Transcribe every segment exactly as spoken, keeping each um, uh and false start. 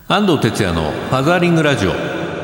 安藤哲也のファザーリングラジオ。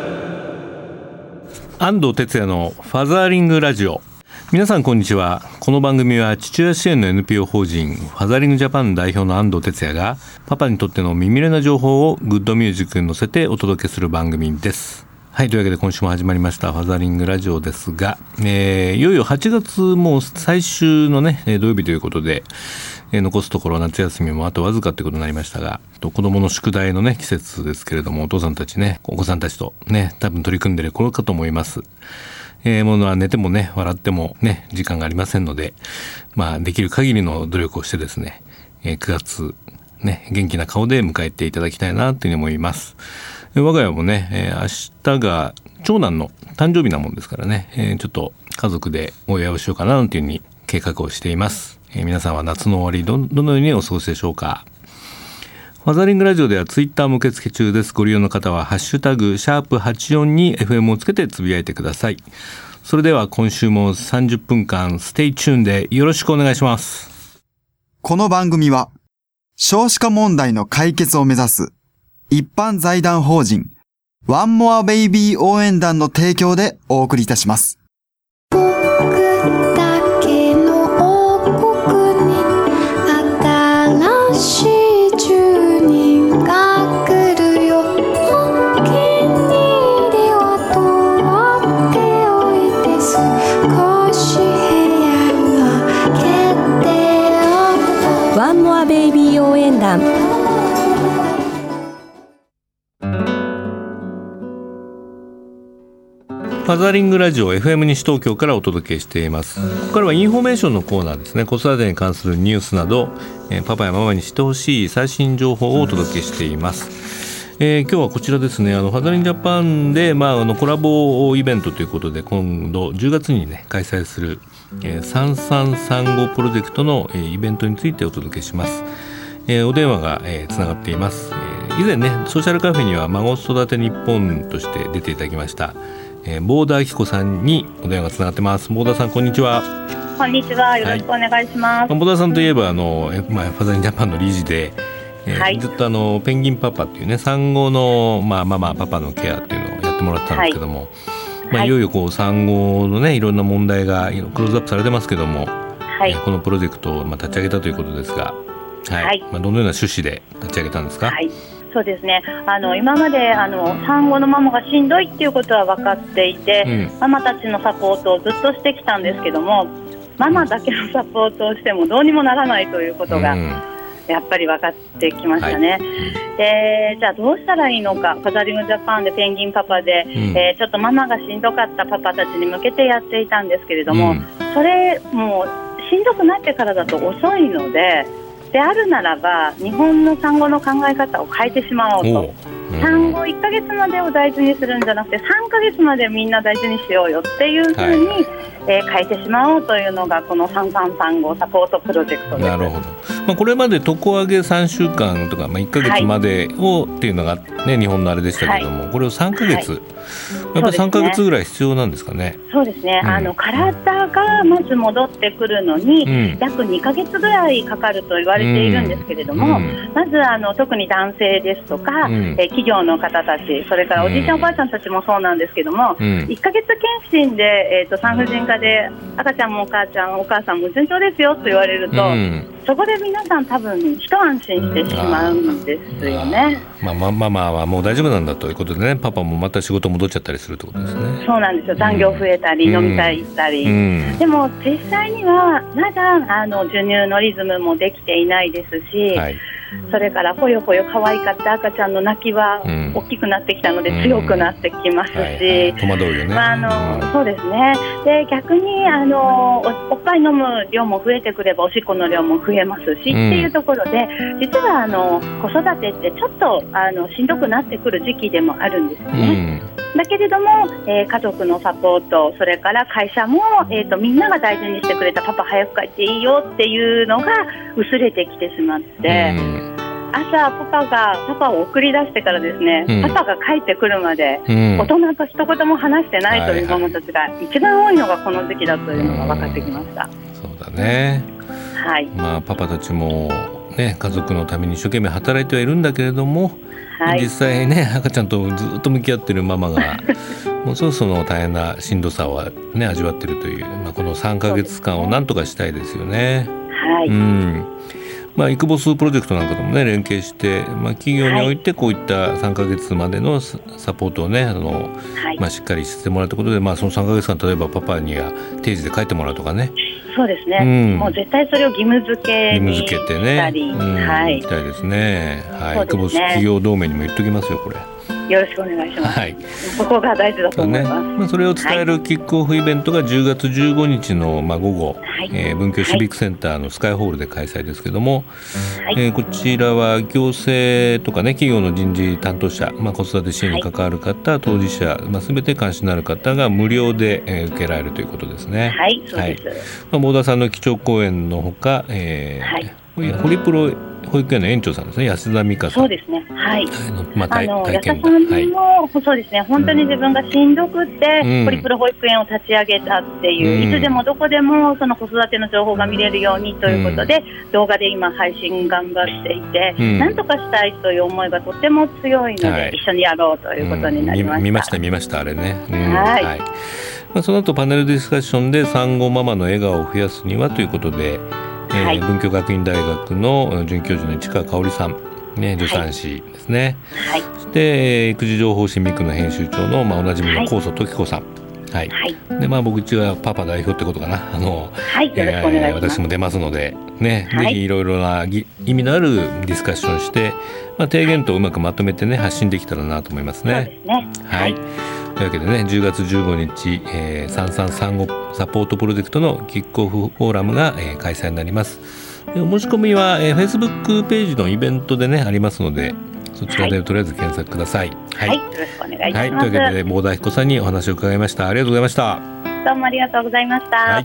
安藤哲也のファザーリングラジオ。皆さんこんにちは。この番組は父親支援の エヌピーオー 法人ファザーリングジャパン代表の安藤哲也がパパにとっての耳寄りな情報をグッドミュージックに乗せてお届けする番組です。はい、というわけで今週も始まりましたファザーリングラジオですが、えー、いよいよはちがつも最終のね土曜日ということで、えー、残すところ夏休みもあとわずかということになりましたが、子どもの宿題のね季節ですけれども、お父さんたちねお子さんたちとね多分取り組んでいる頃かと思います。えー、ものは寝てもね笑ってもね時間がありませんので、まあできる限りの努力をしてですね、えー、くがつね元気な顔で迎えていただきたいなというふうに思います。我が家もね、えー、明日が長男の誕生日なもんですからね、えー、ちょっと家族でお祝いをしようかなというふうに計画をしています。えー、皆さんは夏の終わり ど, どのようにお過ごしでしょうか。ファザーリングラジオではツイッターも受け付け中です。ご利用の方はハッシュタグシャープはちじゅうよんに エフエム をつけてつぶやいてください。それでは今週もさんじゅっぷんかんステイチューンでよろしくお願いします。 この番組は少子化問題の解決を目指す一般財団法人ワンモアベイビー応援団の提供でお送りいたします。 僕だけの王国に新しい住人が来るよ。お気に入りは取っておいて少し部屋は決定を。ワンモアベイビー応援団。 ファザーリングラジオ エフエム 西東京からお届けしています。ここからはインフォメーションのコーナーですね。子育てに関するニュースなど、えー、パパやママに知ってほしい最新情報をお届けしています。えー、今日はこちらですね、あのファザーリングジャパンで、まあ、あのコラボイベントということで今度じゅうがつに、ね、開催する、えー、さんさんさんごプロジェクトの、えー、イベントについてお届けします。えー、お電話が、えー、つながっています。えー、以前ねソーシャルカフェには孫育て日本として出ていただきましたえー、ボーダーきこさんにお電話がつながってます。ボーダーさんこんにちは。 こんにちは、よろしくお願いします。 はい、ボーダーさんといえばあの、まあ、ファザーリングジャパンの理事で、えーはい、ずっとあのペンギンパパっていうね産後の、まあ、ママパパのケアっていうのをやってもらったんですけども、はいまあ、いよいよこう産後のねいろんな問題がクローズアップされてますけども、はいえー、このプロジェクトをまあ立ち上げたということですが、はいはいまあ、どのような趣旨で立ち上げたんですか。 はいそうですね、あの今まであの産後のママがしんどいっていうことは分かっていて、うん、ママたちのサポートをずっとしてきたんですけども、ママだけのサポートをしてもどうにもならないということが、うん、やっぱり分かってきましたね。はいでじゃあどうしたらいいのか、ファザーリングジャパンでペンギンパパで、うんえー、ちょっとママがしんどかったパパたちに向けてやっていたんですけれども、うん、それもうしんどくなってからだと遅いのでであるならば日本の産後の考え方を変えてしまおうと、うん、産後いっかげつまでを大事にするんじゃなくてさんかげつまでみんな大事にしようよっていうふうに、はいえー、変えてしまおうというのがこのさんさんさんごサポートプロジェクトです。 なるほど、まあ、これまで床上げさんしゅうかんとか、まあ、いっかげつまでを、はい、っていうのが、ね、日本のあれでしたけれども、はい、これをさんかげつ、はい、やっぱりさんかげつぐらい必要なんですかね。 そうですね、うん、あの体がまず戻ってくるのに、うん、約にかげつぐらいかかると言われているんですけれども、うん、まずあの特に男性ですとか、うんえ企業の方たち、それからおじいちゃん、うん、おばあちゃんたちもそうなんですけども、うん、いっかげつ検診で、えー、と産婦人科で赤ちゃんもお母ちゃんお母さんも順調ですよと言われると、うん、そこで皆さん多分一安心してしまうんですよね。 まあ、マママはもう大丈夫なんだということでね、パパもまた仕事戻っちゃったりするってことですね。 そうなんですよ、残業増えたり、うん、飲み会行ったり、うん、でも実際にはまだあの授乳のリズムもできていないですし、はいそれからぽよぽよ可愛かった赤ちゃんの泣きは大きくなってきたので強くなってきますし、うんはいはい、 戸惑うよね、 まああのうん、そうですね。で逆にあの お, おっぱい飲む量も増えてくればおしっこの量も増えますし、うん、っていうところで実はあの子育てってちょっとあのしんどくなってくる時期でもあるんですよね、うん、だけれども、えー、家族のサポート、それから会社も、えーと、みんなが大事にしてくれたパパ早く帰っていいよっていうのが薄れてきてしまって、うん朝パパがパパを送り出してからですね、うん、パパが帰ってくるまで、うん、大人と一言も話してないというママたちが一番多いのがこの時期だというのが分かってきました。 そうだね、 はい、 まあ、パパたちも、ね、家族のために一生懸命働いてはいるんだけれども、 はい、 実際ね赤ちゃんとずっと向き合ってるママがもうそろそろ大変なしんどさを、ね、味わってるという、まあ、このさんかげつかんをなんとかしたいですよね。 はい、 うんまあ、イクボスプロジェクトなんかともね連携して、まあ、企業においてこういったさんかげつまでのサポートをねあの、はいまあ、しっかりしてもらったことで、まあ、そのさんかげつかん例えばパパには定時で帰ってもらうとかね。 そうですね、うん、もう絶対それを義務付けにしたり、 義務付けてね、うんはい、行きたいですね。はい、イクボス企業同盟にも言っときますよこれ。 よろしくお願いします、はい、そこが大事だと思います。 そ,、ねまあ、 それを伝えるキックオフイベントがじゅうがつじゅうごにちの、まあ、午後、はいえー、文京シビックセンターのスカイホールで開催ですけども、はいえー、こちらは行政とか、ね、企業の人事担当者、まあ、子育て支援に関わる方、はい、当事者、まあ、全て関心のある方が無料で、えー、受けられるということですね。 はいそうです、はいまあ、ボーダーさんの基調講演のほか、えーはいホリプロ保育園の園長さんですね、安田美香さん。 そうですね。はい。 まあ、体あの体験安田さんも、はい、そうですね。本当に自分がしんどくて、うん、ホリプロ保育園を立ち上げたっていう、うん、いつでもどこでもその子育ての情報が見れるようにということで、うん、動画で今配信頑張っていて、うん、なんとかしたいという思いがとても強いので、はい、一緒にやろうということになりました。うん、見, 見ました見ましたあれね。うん、はい。はいまあ、その後パネルディスカッションで産後ママの笑顔を増やすにはということで。はいえー、文京学院大学の准教授の市川香織さん、ね、助産師ですね、はい、そして育児情報誌ミクの編集長の、まあ、おなじみの高祖時子さん、はいはいでまあ、僕一応パパ代表ってことかなあの、 はい、よろしくお願いします。 私も出ますので、ねはい、ぜひいろいろな意味のあるディスカッションして、まあ、提言とうまくまとめて、ね、発信できたらなと思いますね。 そうですね、 はい、というわけでねじゅうがつじゅうごにち、えー、さんさん産後サポートプロジェクトのキックオフフォーラムが、えー、開催になります。お申し込みは、えー、Facebook ページのイベントでねありますのでそちらでとりあえず検索ください。 はい、はい、よろしくお願いします。はい、 というわけでボーダー彦さんにお話を伺いました。ありがとうございました。 どうもありがとうございました。はい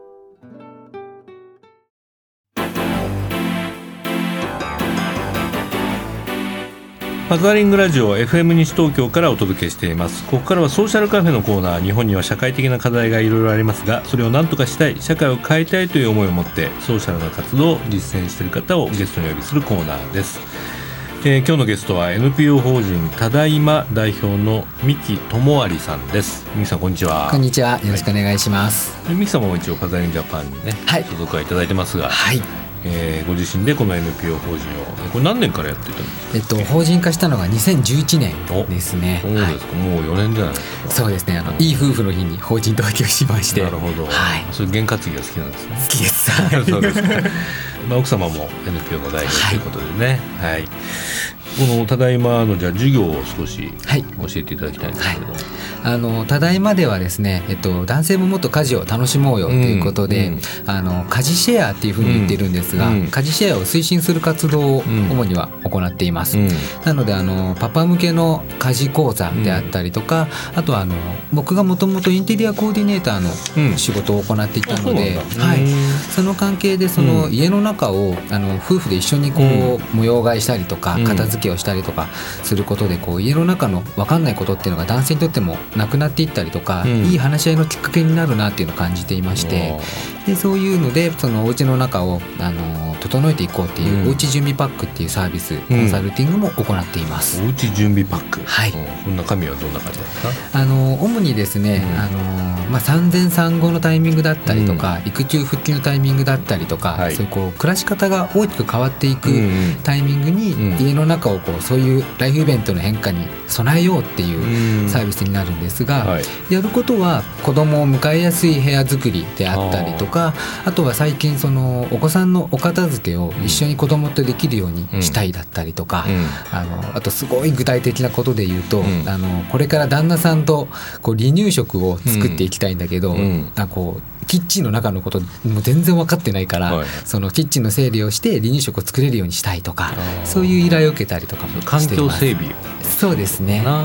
ファザーリングラジオ エフエム 西東京からお届けしています。ここからはソーシャルカフェのコーナー。日本には社会的な課題がいろいろありますがそれを何とかしたい社会を変えたいという思いを持ってソーシャルな活動を実践している方をゲストにお呼びするコーナーです。えー、今日のゲストは エヌピーオー 法人ただいま代表の三木智有さんです。三木さんこんにちは。 こんにちは、よろしくお願いします。 はい、三木さんも一応ファザーリングジャパンにね、はい、所属はいただいてますが、はいえー、ご自身でこの エヌピーオー 法人をこれ何年からやってたんですか？ えっと、法人化したのがにせんじゅういちねんですね。 そうですか、はい、もうよねんじゃないですか？ そうですね、あの、うん、いい夫婦の日に法人登記をしまして。 なるほど、はい、それ験担ぎが好きなんですね。 好きです。 そうですかまあ、奥様も エヌピーオー の代表ということでね、はい、はい、このただいまのじゃあ授業を少し教えていただきたいんですけど、はいはい、 あのただいまではですね、えっと、男性ももっと家事を楽しもうよということで、うんうん、あの家事シェアっていうふうに言っているんですが、うん、家事シェアを推進する活動を主には行っています、うん、なのであのパパ向けの家事講座であったりとか、うん、あとはあの僕がもともとインテリアコーディネーターの仕事を行っていたので、うんはい、その関係でその家の中をあの夫婦で一緒にこう、うん、模様替えしたりとか片付けをしたりとかすることでこう家の中の分かんないことっていうのが男性にとってもなくなっていったりとか、うん、いい話し合いのきっかけになるなっていうのを感じていまして、でそういうのでそのお家の中をあの整えていこうっていう、うん、おうち準備パックっていうサービス、コンサルティングも行っています、 うん、おうち準備パック、 はい、 こんな中身はどんな感じですか？ あの主にですね、うんあのまあ、産前産後のタイミングだったりとか、うん、育休復帰のタイミングだったりとか、はい、そういうこう暮らし方が大きく変わっていくタイミングに、うん、家の中をこうそういうライフイベントの変化に備えようっていうサービスになるんですが、うんはい、やることは子供を迎えやすい部屋作りであったりとか、 あ, あとは最近そのお子さんのお片付けを一緒に子供とできるようにしたいだったりとか、うん、あ, のあとすごい具体的なことで言うと、うん、あのこれから旦那さんとこう離乳食を作っていきたいんだけど、うん、なんかこうキッチンの中のこともう全然分かってないから、はい、そのキッチンの整理をして離乳食を作れるようにしたいとか、そういう依頼を受けたりとかもしています。 環境整備。 そうですね、はい。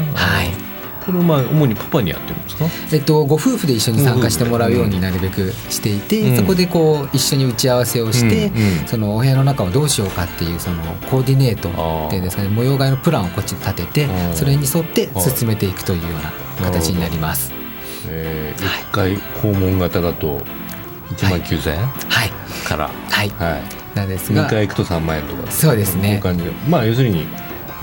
これはまあ主にパパにやってるんですか？ えっと、ご夫婦で一緒に参加してもらうようになるべくしていて、うん、そこでこう一緒に打ち合わせをして、うんうん、そのお部屋の中をどうしようかっていうそのコーディネートっていうんですかね、模様替えのプランをこっちで立てて、それに沿って進めていくというような形になります。 えー、いっかい訪問型だといちまんきゅうせんえん、 はい、 から、 はいはい、なんですがにかい行くとさんまんえんとか、 そうですね、 こういう感じで、まあ要するに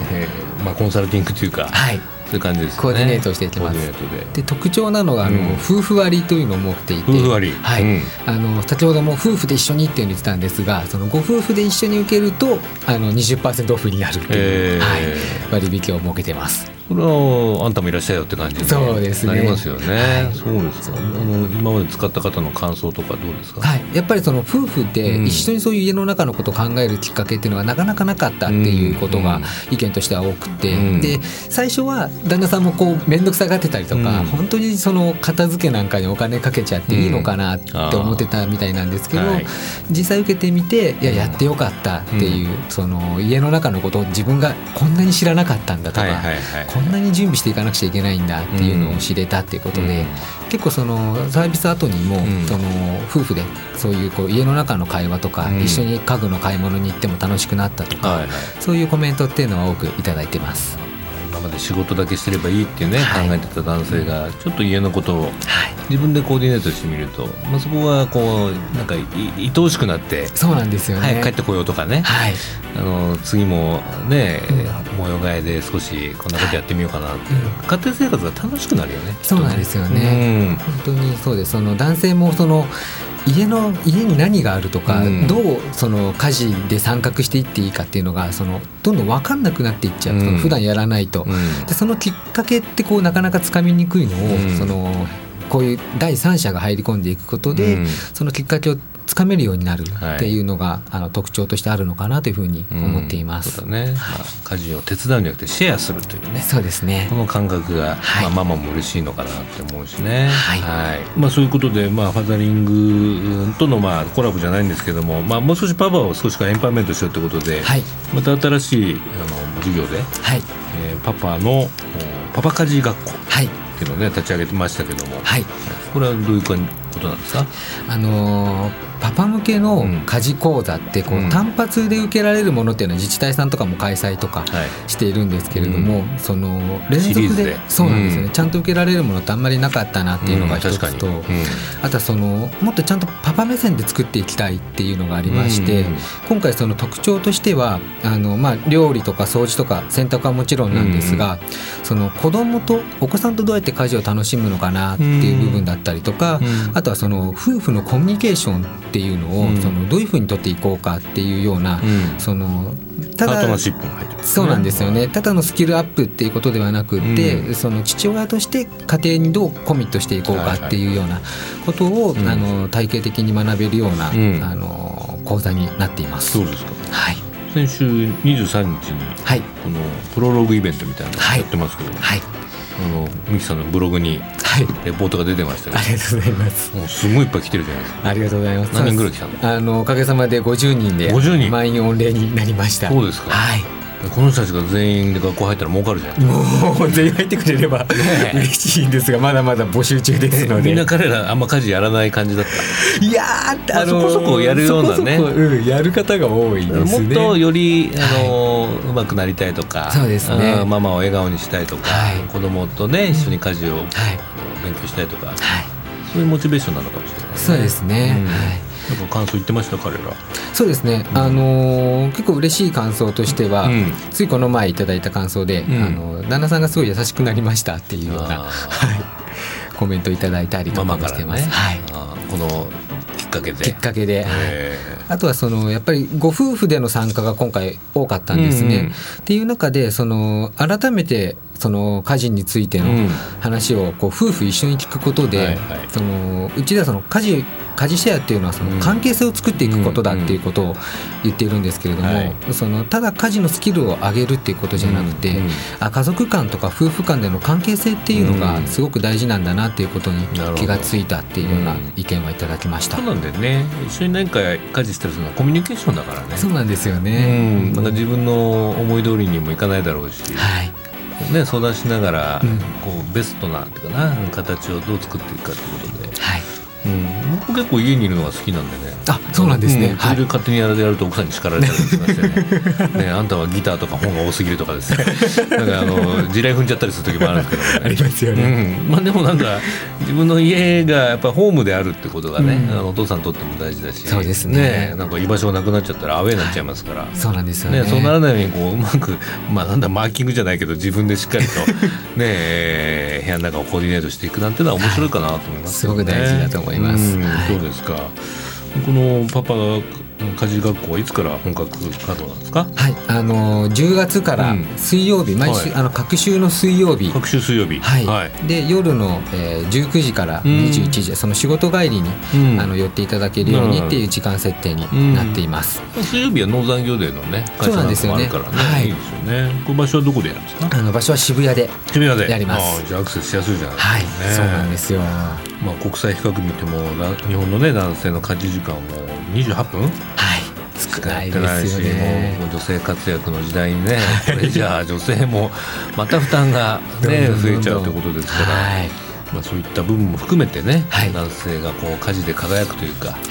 えーまあ、コンサルティングというか、 はい、 そういう感じですね。 コーディネートをしていきます。 コーディネートでで特徴なのがあの、 うん、 夫婦割というのを持っていて、 夫婦割、 はい、 うん、 あの先ほども夫婦で一緒にっていうのを言ってたんですが、そのご夫婦で一緒に受けるとあの にじゅっパーセント オフになるっていう、 えーはい、割引を設けてます。 これはあんたもいらっしゃいよって感じにそうですねなりますよね。 はい、 そうですか。あの今まで使った方の感想とかどうですか。 はい、やっぱりその夫婦で一緒にそういう家の中のことを考えるきっかけっていうのはなかなかなかったっていうことが意見としては多くて、 うん、 で最初は旦那さんもこう面倒くさがってたりとか、 うん、 本当にその片付けなんかにお金かけちゃっていいのかなって思ってたみたいなんですけど、 うん、はい、 実際受けてみていややってよかったっていう、うん、その家の中のことを自分がこんなに知らなかったんだとか、はいはいはい、こんなに準備していかなくちゃいけないんだっていうのを知れたっていうことで、うん、結構そのサービス後にも、うん、その夫婦でそういうこう家の中の会話とか、うん、一緒に家具の買い物に行っても楽しくなったとか、はいはい、そういうコメントっていうのは多くいただいてます。 今まで仕事だけしてればいいっていうね、はい、考えてた男性がちょっと家のことを自分でコーディネートしてみると、まあ、そこがこうなんかい愛おしくなって、 そうなんですよね、 早く帰ってこようとかね、はい、あの次もね、うん、模様替えで少しこんなことやってみようかなって、うん、家庭生活が楽しくなるよね。 そうなんですよね、うん、本当にそうです。その男性もその家の家に何があるとか、うん、どうその家事で参画していっていいかっていうのがそのどんどん分かんなくなっていっちゃう、うん、普段やらないと、うん、でそのきっかけってこうなかなかつかみにくいのを、うん、そのこういう第三者が入り込んでいくことで、うん、そのきっかけをつかめるようになるっていうのが、はい、あの特徴としてあるのかなというふうに思っています。 うん、そうだね、はい、まあ、家事を手伝うんじゃなくてシェアするというね、 そうですね、 この感覚が、はい、まあ、ママも嬉しいのかなって思うしね、 はいはい、まあ、そういうことで、まあ、ファザリングとの、まあ、コラボじゃないんですけども、まあ、もう少しパパを少しエンパワーメントしようということで、はい、また新しいあの授業で、はい、えー、パパのパパ家事学校、はい、っていうのをね立ち上げてましたけども、はい、これはどういうことなんですか。 あのーパパ向けの家事講座ってこう、うん、単発で受けられるものっていうのは自治体さんとかも開催とかしているんですけれども、はい、うん、その連続 で, でそうなんですよね、うん、ちゃんと受けられるものってあんまりなかったなっていうのが一つと、うん、あとはそのもっとちゃんとパパ目線で作っていきたいっていうのがありまして、うん、今回その特徴としてはあの、まあ、料理とか掃除とか洗濯はもちろんなんですが、うん、その子供とお子さんとどうやって家事を楽しむのかなっていう部分だったりとか、うん、あとはその夫婦のコミュニケーションっていうのを、うん、そのどういうふうに取っていこうかっていうような、うん、そのただパートナーシップも入ってますね。 そうなんですよね。ただのスキルアップっていうことではなくて、うん、その父親として家庭にどうコミットしていこうかっていうようなことを、はいはい、あの体系的に学べるような、うん、あの講座になっています。 そうですか。 はい。 先週にじゅうさんにちに、はい、このプロローグイベントみたいなのやってますけど、はいはいあのミキさんのブログにレポートが出てましたけど、 はい、ありがとうございます。 もうすごいいっぱい来てるじゃないですか。 ありがとうございます。 何人ぐらい来たの？ あのおかげさまでごじゅうにんで満員御礼になりました。 そうですか。はい。この人たちが全員で学校入ったら儲かるじゃん。 もう全員入ってくれれば嬉しいんですが、まだまだ募集中ですので。 みんな彼らあんま家事やらない感じだった。 いやー、あのー、 そこそこやるようなね、 そこそこ、うん、やる方が多いですね。 もっとより、あのーはい、うまくなりたいとか、 そうですね、 ママを笑顔にしたいとか、はい、子供とね一緒に家事を、はい、勉強したいとか、はい、そういうモチベーションなのかもしれない、ね、 そうですね、うん、はい。 なんか感想言ってました彼ら。 そうですね、うん、あのー、結構嬉しい感想としては、うん、ついこの前いただいた感想で、うん、あの旦那さんがすごい優しくなりましたっていうような、はい、コメントいただいたりとかもしてます、ね、はい、 あこのきっかけできっかけで、あとはそのやっぱりご夫婦での参加が今回多かったんですね、うんうん、っていう中でその改めてその家事についての話をこう夫婦一緒に聞くことで、うんはいはい、そのうちではその家事家事シェアっていうのはその関係性を作っていくことだっていうことを言っているんですけれども、うんうんはい、そのただ家事のスキルを上げるっていうことじゃなくて、うんうん、あ家族間とか夫婦間での関係性っていうのがすごく大事なんだなっていうことに気がついたっていうような意見はいただきました、 うん、そうなんだよね。一緒に何か家事したりするのはコミュニケーションだからね。 そうなんですよね、 うん、なんか自分の思い通りにもいかないだろうし、はいね、相談しながら、うん、こうベストなっていうかな形をどう作っていくかということで、はい、うん、僕結構家にいるのが好きなんでね。 あ、そうなんですね、 うん、それで勝手にやられると奥さんに叱られたりしましてねね、あんたはギターとか本が多すぎるとかですねなんかあの地雷踏んじゃったりする時もあるんですけど、ね、 ありますよね、 うん、まあ、でもなんか自分の家がやっぱりホームであるってことがね、うん、あのお父さんにとっても大事だし、 そうですね、 ね、なんか居場所がなくなっちゃったらアウェーになっちゃいますから、はい、 そうなんですよね、 ね、そうならないようにこううまく、まあ、なんだマーキングじゃないけど自分でしっかりと、ね、部屋の中をコーディネートしていくなんてのは面白いかなと思います、ね、 はい、すごく大事だと思います、 うん、 はい、 そうですか。このパパが家事学校はいつから本格稼働なんですか？ はい、あのじゅうがつから水曜日、うん、毎週、はい、あの各週の水曜日、 各週水曜日、 はいはい、で夜の、えー、じゅうくじからにじゅういちじ、うん、その仕事帰りに、うん、あの寄っていただけるようにっていう時間設定になっています、 うん、水曜日はノーザン業デーのね会社なんかもあるからね、はい、いいですよね。この場所はどこでやるんですか？ あの場所は渋谷で渋谷でやります。 あ、じゃあアクセスしやすいじゃないですか、 はい、そうなんですよ。 まあ、国際比較見ても日本の、ね、男性の家事時間もにじゅうはっぷん、はい、 少ないですよね。 もう女性活躍の時代にね、これじゃあ女性もまた負担が、ね、増えちゃうということですから、はい、まあ、そういった部分も含めてね、はい、男性がこう家事で輝くというか、はい、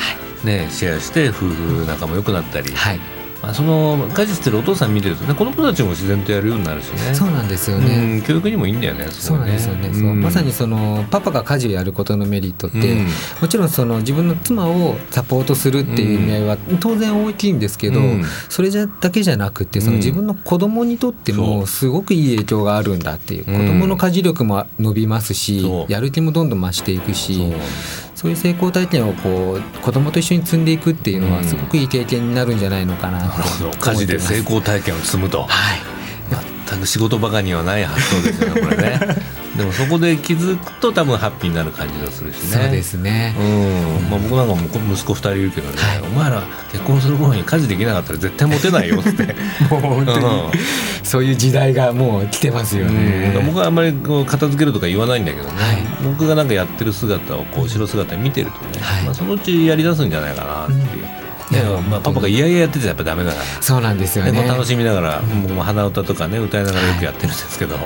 ね、シェアして夫婦仲も良くなったり、はい、まあ、その家事してるお父さん見てるとね、子供たちも自然とやるようになるしね。 そうなんですよね、 うん、教育にもいいんだよね。 そうなんですよね、うん、そう、まさにそのパパが家事をやることのメリットって、うん、もちろんその自分の妻をサポートするっていう意味合いは当然大きいんですけど、うん、それじゃだけじゃなくて、その自分の子供にとってもすごくいい影響があるんだっていう、うん、子供の家事力も伸びますし、やる気もどんどん増していくし、そうそういう成功体験をこう子供と一緒に積んでいくっていうのはすごくいい経験になるんじゃないのかなと思ってます。 家事で成功体験を積むと、はい、全く仕事バカにはない発想ですよねこれねでもそこで気づくと多分ハッピーになる感じがするしね。 そうですね、 うん、まあ、僕なんかも息子ふたりいるけどね、はい、お前ら結婚する頃に家事できなかったら絶対モテないよってもう本当に、うん、そういう時代がもう来てますよね、 うん、僕はあんまりこう片付けるとか言わないんだけどね、はい、僕がなんかやってる姿をこう後ろ姿見てるとね、はい、まあ、そのうちやりだすんじゃないかなっていう、うん、まあ、パパがいやいややっててやっぱダメだから。 そうなんですよね。 でも楽しみながら、僕も鼻歌とかね歌いながらよくやってるんですけど、はい、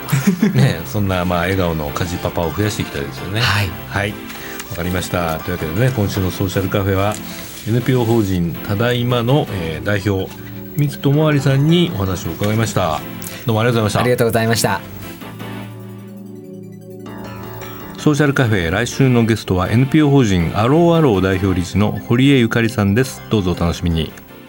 ね、そんなまあ笑顔の家事パパを増やしていきたいですよね。はい、はい、わかりました。というわけでね、今週のソーシャルカフェは エヌピーオー 法人ただいまの、えー、代表三木智有さんにお話を伺いました。どうもありがとうございました。 ありがとうございました。 ソーシャルカフェ、来週のゲストは エヌピーオー 法人アローアロー代表理事の堀江ゆかりさんです。どうぞお楽しみに。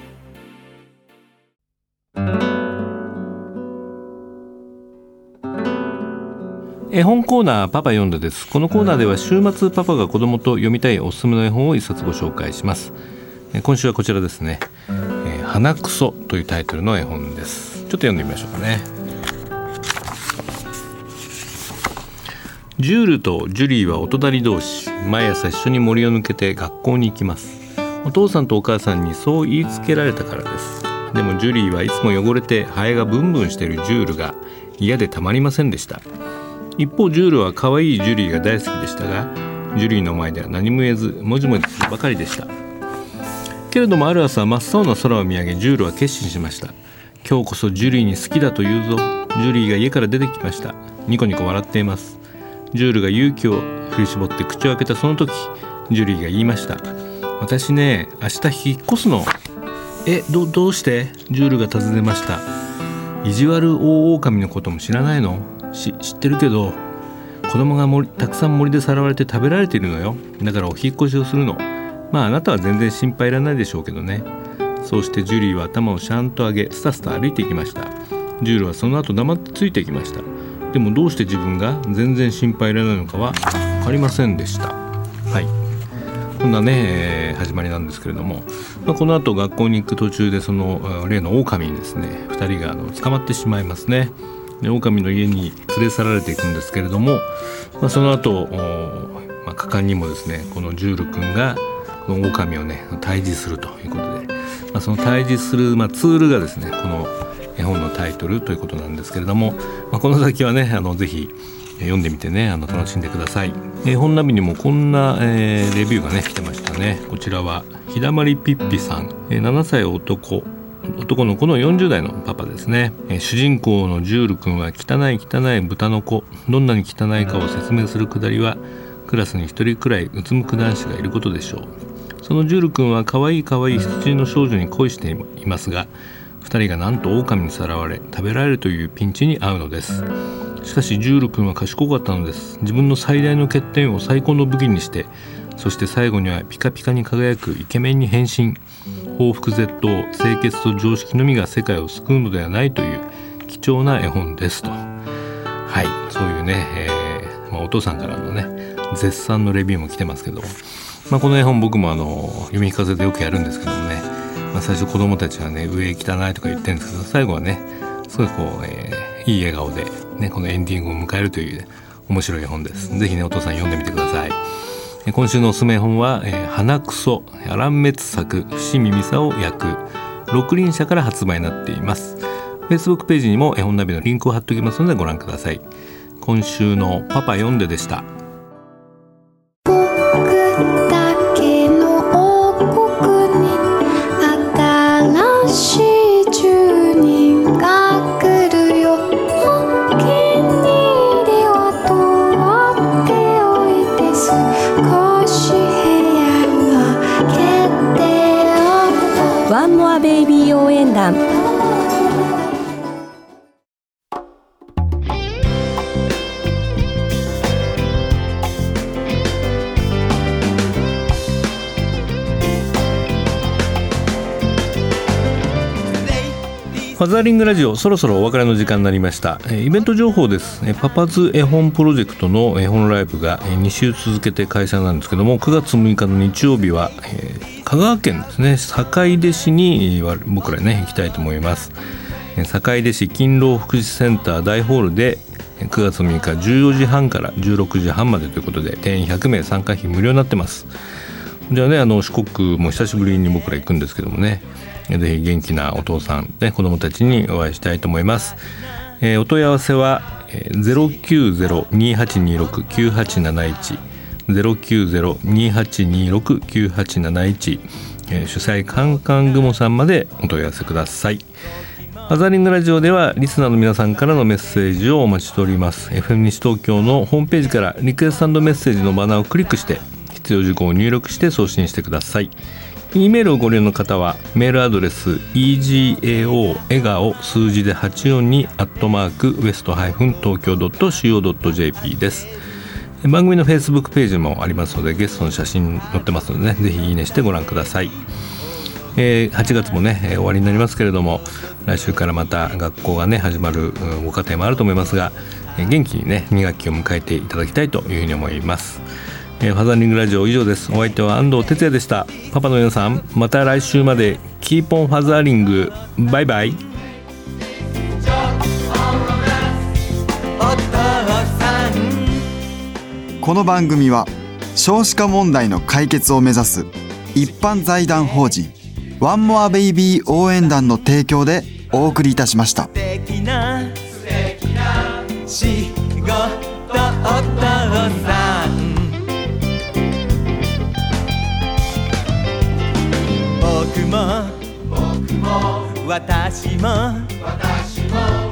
絵本コーナーパパ読んだです。このコーナーでは週末パパが子供と読みたいおすすめの絵本を一冊ご紹介します。今週はこちらですね、えー、花くそというタイトルの絵本です。ちょっと読んでみましょうかね。ジュールとジュリーはお隣同士、毎朝一緒に森を抜けて学校に行きます。お父さんとお母さんにそう言いつけられたからです。でもジュリーはいつも汚れてハエがブンブンしているジュールが嫌でたまりませんでした。一方ジュールは可愛いジュリーが大好きでしたが、ジュリーの前では何も言えずもじもじするばかりでした。けれどもある朝、真っ青な空を見上げジュールは決心しました。今日こそジュリーに好きだと言うぞ。ジュリーが家から出てきました。ニコニコ笑っています。ジュールが勇気を振り絞って口を開けたその時、ジュリーが言いました。私ね、明日引っ越すの。え、ど、どうして？ジュールが尋ねました。意地悪大狼のことも知らないの？し、知ってるけど、子供が森たくさん森でさらわれて食べられているのよ。だからお引っ越しをするの。まああなたは全然心配いらないでしょうけどね。そうしてジュリーは頭をシャンと上げ、スタスタ歩いていきました。ジュールはその後黙ってついていきました。でもどうして自分が全然心配いらないのかは分かりませんでした。はい、こんなね、えー、始まりなんですけれども、まあ、この後学校に行く途中でその例の狼にですね、ふたりがあの捕まってしまいますね。で狼の家に連れ去られていくんですけれども、まあ、その後、まあ、果敢にもですね、このジュール君がこの狼をね退治するということで、まあ、その退治する、まあ、ツールがですね、この絵本のタイトルということなんですけれども、まあ、この先はね、あのぜひ読んでみてね、あの楽しんでください。絵本ナビにもこんな、えー、レビューがね来てましたね。こちらはひだまりぴっぴさん、えー、ななさい男男の子のよんじゅう代のパパですね。えー、主人公のジュール君は汚い汚い豚の子、どんなに汚いかを説明するくだりはクラスに一人くらいうつむく男子がいることでしょう。 そのジュール君は可愛い可愛い羊の少女に恋していますが、ふたりがなんと狼にさらわれ食べられるというピンチに遭うのです。しかしジュール君は賢かったのです。自分の最大の欠点を最高の武器にして、そして最後にはピカピカに輝くイケメンに変身。報復絶倒、清潔と常識のみが世界を救うのではないという貴重な絵本ですと。はい、そういうね、えーまあ、お父さんからのね絶賛のレビューも来てますけど、まあ、この絵本僕もあの読み聞かせでよくやるんですけどもね、まあ、最初子供たちはね上汚いとか言ってるんですけど、最後はねすごいこう、えー、いい笑顔で、ね、このエンディングを迎えるという、ね、面白い絵本です。ぜひねお父さん読んでみてください。今週のおすすめ絵本は、えー、花くそアランメツ作伏見美沙を役六輪社から発売になっています。 Facebook ページにも絵本ナビのリンクを貼っておきますのでご覧ください。今週のパパ読んででした。 ワンモアベイビー応援団。 ファザーリングラジオ、そろそろお別れの時間になりました。イベント情報です。パパズ絵本プロジェクトの絵本ライブがに週続けて開催なんですけども、くがつむいかの日曜日は香川県ですね、坂出市に僕らね行きたいと思います。坂出市勤労福祉センター大ホールでくがつむいかじゅうよじはんからじゅうろくじはんまでということで、定員ひゃくめい、参加費無料になってます。じゃあね、あの四国も久しぶりに僕ら行くんですけどもね、ぜひ元気なお父さんで子どもたちにお会いしたいと思います。えー、お問い合わせは ゼロきゅうゼロ にーはちにーろく きゅうはちなないち ゼロきゅうゼロ にーはちにーろく きゅうはちなないち、えー、主催カンカングモさんまでお問い合わせください。ファザーリングラジオではリスナーの皆さんからのメッセージをお待ちしております。 エフエム 西東京のホームページからリクエスト&メッセージのバナーをクリックして必要事項を入力して送信してください。E メールをご利用の方はメールアドレス イージーエーオー 笑顔数字ではちよんに アットマークウエストハイフン東京ドットシーオードットジェーピー です。番組の Facebook ページもありますので、ゲストの写真載ってますのでね、ぜひいいねしてご覧ください。えー、はちがつもね、えー、終わりになりますけれども、来週からまた学校がね始まるご家庭もあると思いますが、えー、元気にねに学期を迎えていただきたいというふうに思います。えー、ファザーリングラジオ以上です。お相手は安藤哲也でした。パパの皆さん、また来週までキーポンファザーリング。バイバイ。 この番組は少子化問題の解決を目指す一般財団法人ワンモアベイビー応援団の提供でお送りいたしました。素敵な素敵な仕事お父さん、僕も僕も私も私も